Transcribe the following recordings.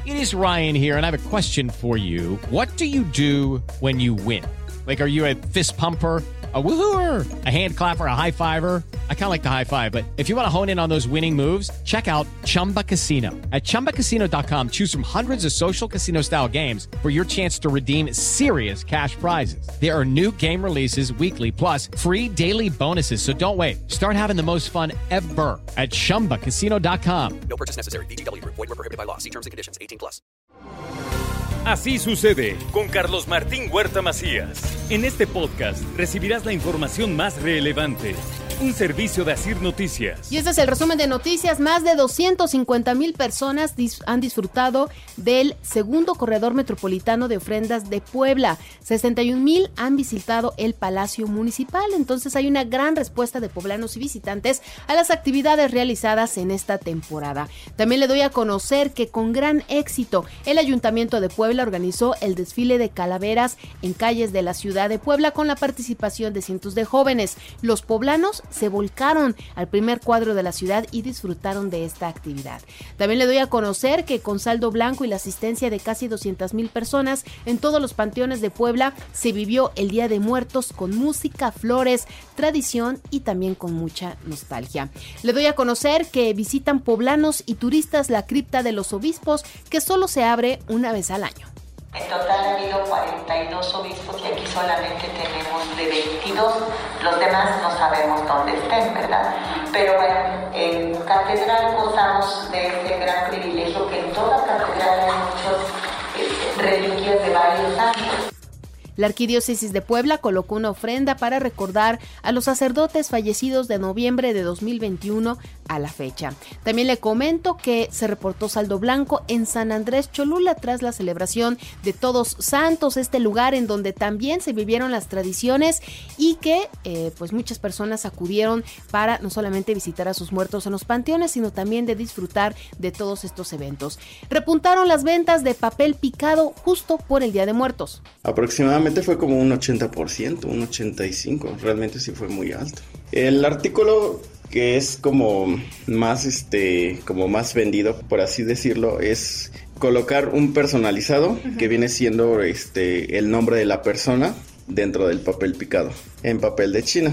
It is Ryan here, and I have a question for you. What do you do when you win? Like, are you a fist pumper, a woohooer, a hand clapper, a high fiver? I kind of like the high five, but if you want to hone in on those winning moves, check out Chumba Casino. At ChumbaCasino.com, choose from hundreds of social casino-style games for your chance to redeem serious cash prizes. There are new game releases weekly, plus free daily bonuses. So don't wait. Start having the most fun ever at ChumbaCasino.com. No purchase necessary. VGW Group. Void where prohibited by law. See terms and conditions. 18+. Así sucede con Carlos Martín Huerta Macías. En este podcast recibirás la información más relevante. Un servicio de Asir Noticias. Y este es el resumen de noticias. Más de 250,000 personas han disfrutado del segundo corredor metropolitano de ofrendas de Puebla. 61,000 han visitado el Palacio Municipal. Entonces hay una gran respuesta de poblanos y visitantes a las actividades realizadas en esta temporada. También le doy a conocer que con gran éxito el Ayuntamiento de Puebla organizó el desfile de calaveras en calles de la ciudad de Puebla con la participación de cientos de jóvenes. Los poblanos se volcaron al primer cuadro de la ciudad y disfrutaron de esta actividad. También le doy a conocer que con saldo blanco y la asistencia de casi 200,000 personas en todos los panteones de Puebla se vivió el Día de Muertos con música, flores, tradición y también con mucha nostalgia. Le doy a conocer que visitan poblanos y turistas la cripta de los obispos, que solo se abre una vez al año. En total ha habido 42 obispos y aquí solamente tenemos de 22. Los demás no sabemos dónde estén, ¿verdad? Pero bueno, en catedral gozamos de ese gran privilegio que en toda catedral hay muchas reliquias de varios santos. La Arquidiócesis de Puebla colocó una ofrenda para recordar a los sacerdotes fallecidos de noviembre de 2021 a la fecha. También le comento que se reportó saldo blanco en San Andrés Cholula tras la celebración de Todos Santos, este lugar en donde también se vivieron las tradiciones y que pues muchas personas acudieron para no solamente visitar a sus muertos en los panteones, sino también de disfrutar de todos estos eventos. Repuntaron las ventas de papel picado justo por el Día de Muertos. Aproximadamente fue como un 80%, un 85%, realmente sí fue muy alto. El artículo que es como más vendido, por así decirlo, es colocar un personalizado que viene siendo el nombre de la persona dentro del papel picado en papel de China.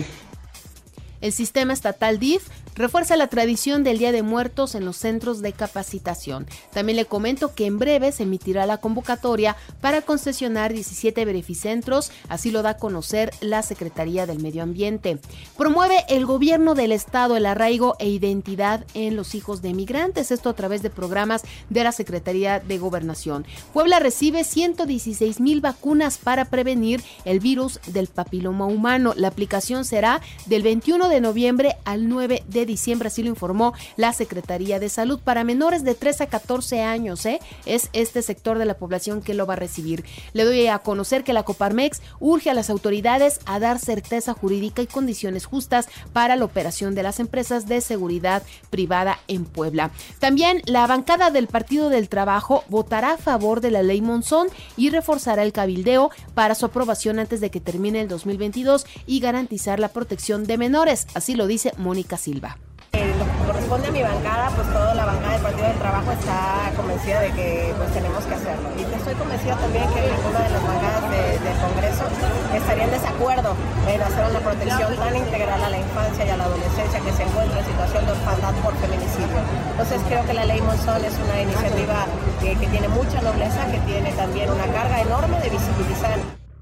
El sistema estatal DIF refuerza la tradición del Día de Muertos en los centros de capacitación. También le comento que en breve se emitirá la convocatoria para concesionar 17 beneficentros, así lo da a conocer la Secretaría del Medio Ambiente. Promueve el gobierno del estado el arraigo e identidad en los hijos de migrantes, esto a través de programas de la Secretaría de Gobernación. Puebla recibe 116,000 vacunas para prevenir el virus del papiloma humano. La aplicación será del 21 de noviembre al 9 de diciembre, así lo informó la Secretaría de Salud. Para menores de 3 a 14 años, es este sector de la población que lo va a recibir. Le doy a conocer que la Coparmex urge a las autoridades a dar certeza jurídica y condiciones justas para la operación de las empresas de seguridad privada en Puebla. También la bancada del Partido del Trabajo votará a favor de la ley Monzón y reforzará el cabildeo para su aprobación antes de que termine el 2022 y garantizar la protección de menores, así lo dice Mónica Silva. Lo que corresponde a mi bancada, pues toda la bancada del Partido del Trabajo está convencida de que pues tenemos que hacerlo. Y estoy convencida también que ninguna de las bancadas del Congreso estaría en desacuerdo en hacer una protección tan integral a la infancia y a la adolescencia que se encuentra en situación de orfandad por feminicidio. Entonces creo que la ley Monzón es una iniciativa que tiene mucha nobleza, que tiene también una carga enorme de visibilizar.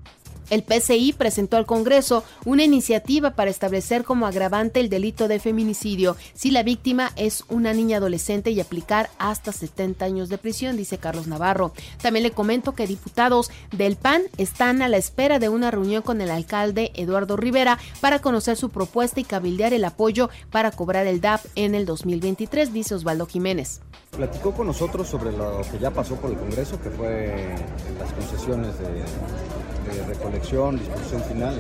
El PCI presentó al Congreso una iniciativa para establecer como agravante el delito de feminicidio si la víctima es una niña adolescente y aplicar hasta 70 años de prisión, dice Carlos Navarro. También le comento que diputados del PAN están a la espera de una reunión con el alcalde Eduardo Rivera para conocer su propuesta y cabildear el apoyo para cobrar el DAP en el 2023, dice Osvaldo Jiménez. Platicó con nosotros sobre lo que ya pasó por el Congreso, que fue las concesiones de recolección, disposición final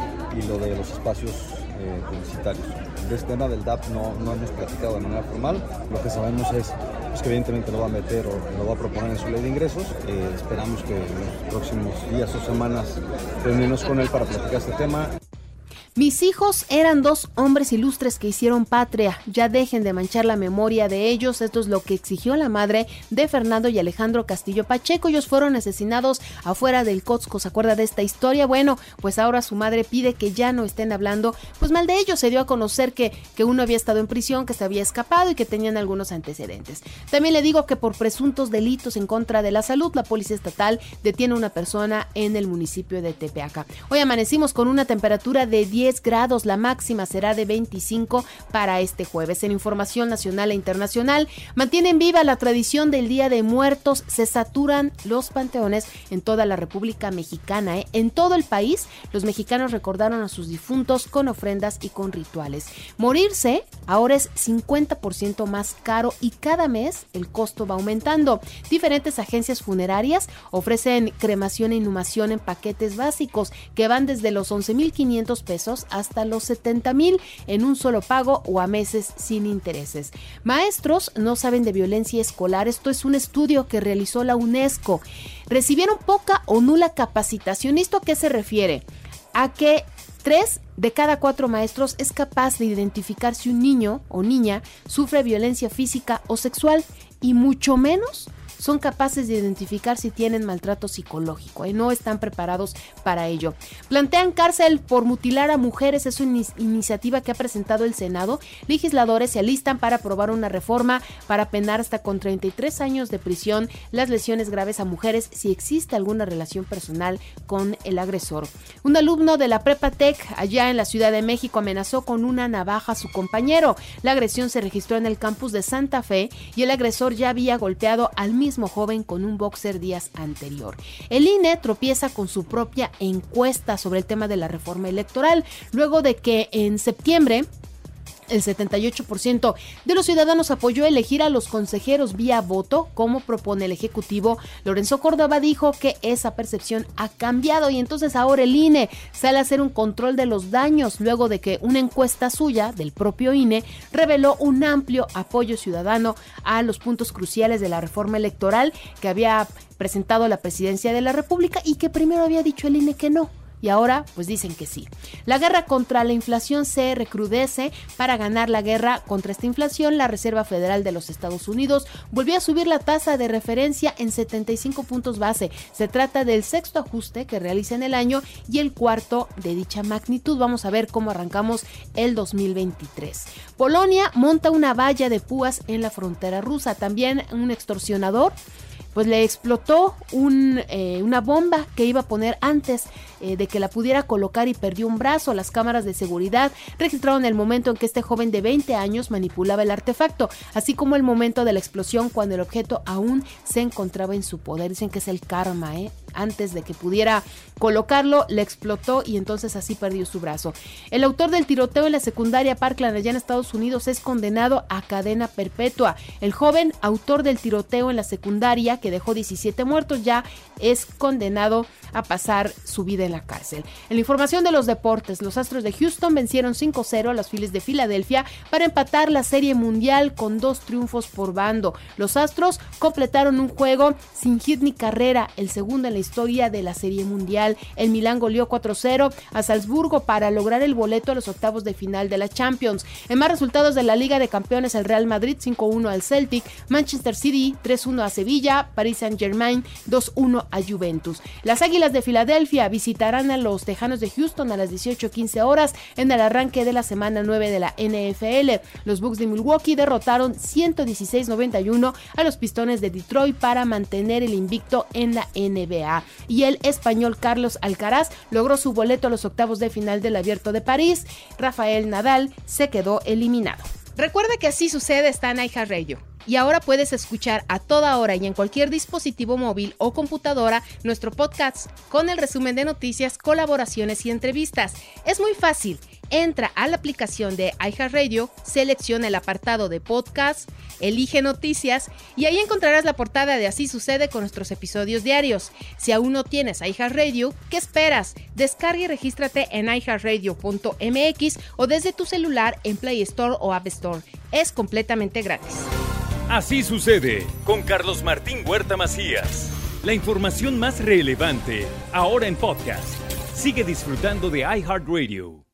y lo de los espacios publicitarios. De este tema del DAP no hemos platicado de manera formal. Lo que sabemos es que evidentemente lo va a meter o lo va a proponer en su ley de ingresos. Esperamos que en los próximos días o semanas reunirnos con él para platicar este tema. Mis hijos eran 2 hombres ilustres que hicieron patria. Ya dejen de manchar la memoria de ellos. Esto es lo que exigió la madre de Fernando y Alejandro Castillo Pacheco. Ellos fueron asesinados afuera del Costco. ¿Se acuerda de esta historia? Bueno, pues ahora su madre pide que ya no estén hablando pues mal de ellos. Se dio a conocer que uno había estado en prisión, que se había escapado y que tenían algunos antecedentes. También le digo que por presuntos delitos en contra de la salud, la Policía Estatal detiene a una persona en el municipio de Tepeaca. Hoy amanecimos con una temperatura de 10 grados, la máxima será de 25 para este jueves. En información nacional e internacional, mantienen viva la tradición del Día de Muertos, se saturan los panteones en toda la República Mexicana. En todo el país, los mexicanos recordaron a sus difuntos con ofrendas y con rituales. Morirse ahora es 50% más caro y cada mes el costo va aumentando. Diferentes agencias funerarias ofrecen cremación e inhumación en paquetes básicos que van desde los 11,500 pesos hasta los 70,000 en un solo pago o a meses sin intereses. Maestros no saben de violencia escolar. Esto es un estudio que realizó la UNESCO. Recibieron poca o nula capacitación. ¿Esto a qué se refiere? A que 3 de cada 4 maestros es capaz de identificar si un niño o niña sufre violencia física o sexual y mucho menos son capaces de identificar si tienen maltrato psicológico, no están preparados para ello. Plantean cárcel por mutilar a mujeres, es una iniciativa que ha presentado el Senado. Legisladores se alistan para aprobar una reforma para penar hasta con 33 años de prisión las lesiones graves a mujeres si existe alguna relación personal con el agresor. Un alumno de la Prepa Tech allá en la Ciudad de México amenazó con una navaja a su compañero. La agresión se registró en el campus de Santa Fe y el agresor ya había golpeado al mismo joven con un boxer días anterior. El INE tropieza con su propia encuesta sobre el tema de la reforma electoral, luego de que en septiembre el 78% de los ciudadanos apoyó elegir a los consejeros vía voto, como propone el Ejecutivo. Lorenzo Córdoba dijo que esa percepción ha cambiado y entonces ahora el INE sale a hacer un control de los daños, luego de que una encuesta suya, del propio INE, reveló un amplio apoyo ciudadano a los puntos cruciales de la reforma electoral que había presentado la Presidencia de la República y que primero había dicho el INE que no. Y ahora, pues dicen que sí. La guerra contra la inflación se recrudece. Para ganar la guerra contra esta inflación, la Reserva Federal de los Estados Unidos volvió a subir la tasa de referencia en 75 puntos base. Se trata del 6º ajuste que realiza en el año y el 4º de dicha magnitud. Vamos a ver cómo arrancamos el 2023. Polonia monta una valla de púas en la frontera rusa. También un extorsionador pues le explotó una bomba que iba a poner antes de que la pudiera colocar y perdió un brazo. Las cámaras de seguridad registraron el momento en que este joven de 20 años manipulaba el artefacto, así como el momento de la explosión cuando el objeto aún se encontraba en su poder. Dicen que es el karma, Antes de que pudiera colocarlo, le explotó y entonces así perdió su brazo. El autor del tiroteo en la secundaria Parkland allá en Estados Unidos es condenado a cadena perpetua. El joven autor del tiroteo en la secundaria, que dejó 17 muertos, ya es condenado a pasar su vida en la cárcel. En la información de los deportes, los Astros de Houston vencieron 5-0 a los Phillies de Filadelfia para empatar la Serie Mundial con 2 triunfos por bando. Los Astros completaron un juego sin hit ni carrera, el segundo en la historia de la Serie Mundial. El Milán goleó 4-0 a Salzburgo para lograr el boleto a los octavos de final de la Champions. En más resultados de la Liga de Campeones, el Real Madrid 5-1 al Celtic, Manchester City 3-1 a Sevilla, Paris Saint-Germain 2-1 a Juventus. Las Águilas de Filadelfia visitarán a los Tejanos de Houston a las 18:15 horas en el arranque de la semana 9 de la NFL. Los Bucks de Milwaukee derrotaron 116-91 a los Pistones de Detroit para mantener el invicto en la NBA. Y el español Carlos Alcaraz logró su boleto a los octavos de final del Abierto de París. Rafael Nadal se quedó eliminado. Recuerda que Así Sucede está en iHeartRadio. Y ahora puedes escuchar a toda hora y en cualquier dispositivo móvil o computadora nuestro podcast con el resumen de noticias, colaboraciones y entrevistas. Es muy fácil. Entra a la aplicación de iHeartRadio, selecciona el apartado de podcast, elige noticias y ahí encontrarás la portada de Así Sucede con nuestros episodios diarios. Si aún no tienes iHeartRadio, ¿qué esperas? Descarga y regístrate en iHeartRadio.mx o desde tu celular en Play Store o App Store. Es completamente gratis. Así Sucede con Carlos Martín Huerta Macías. La información más relevante ahora en podcast. Sigue disfrutando de iHeartRadio.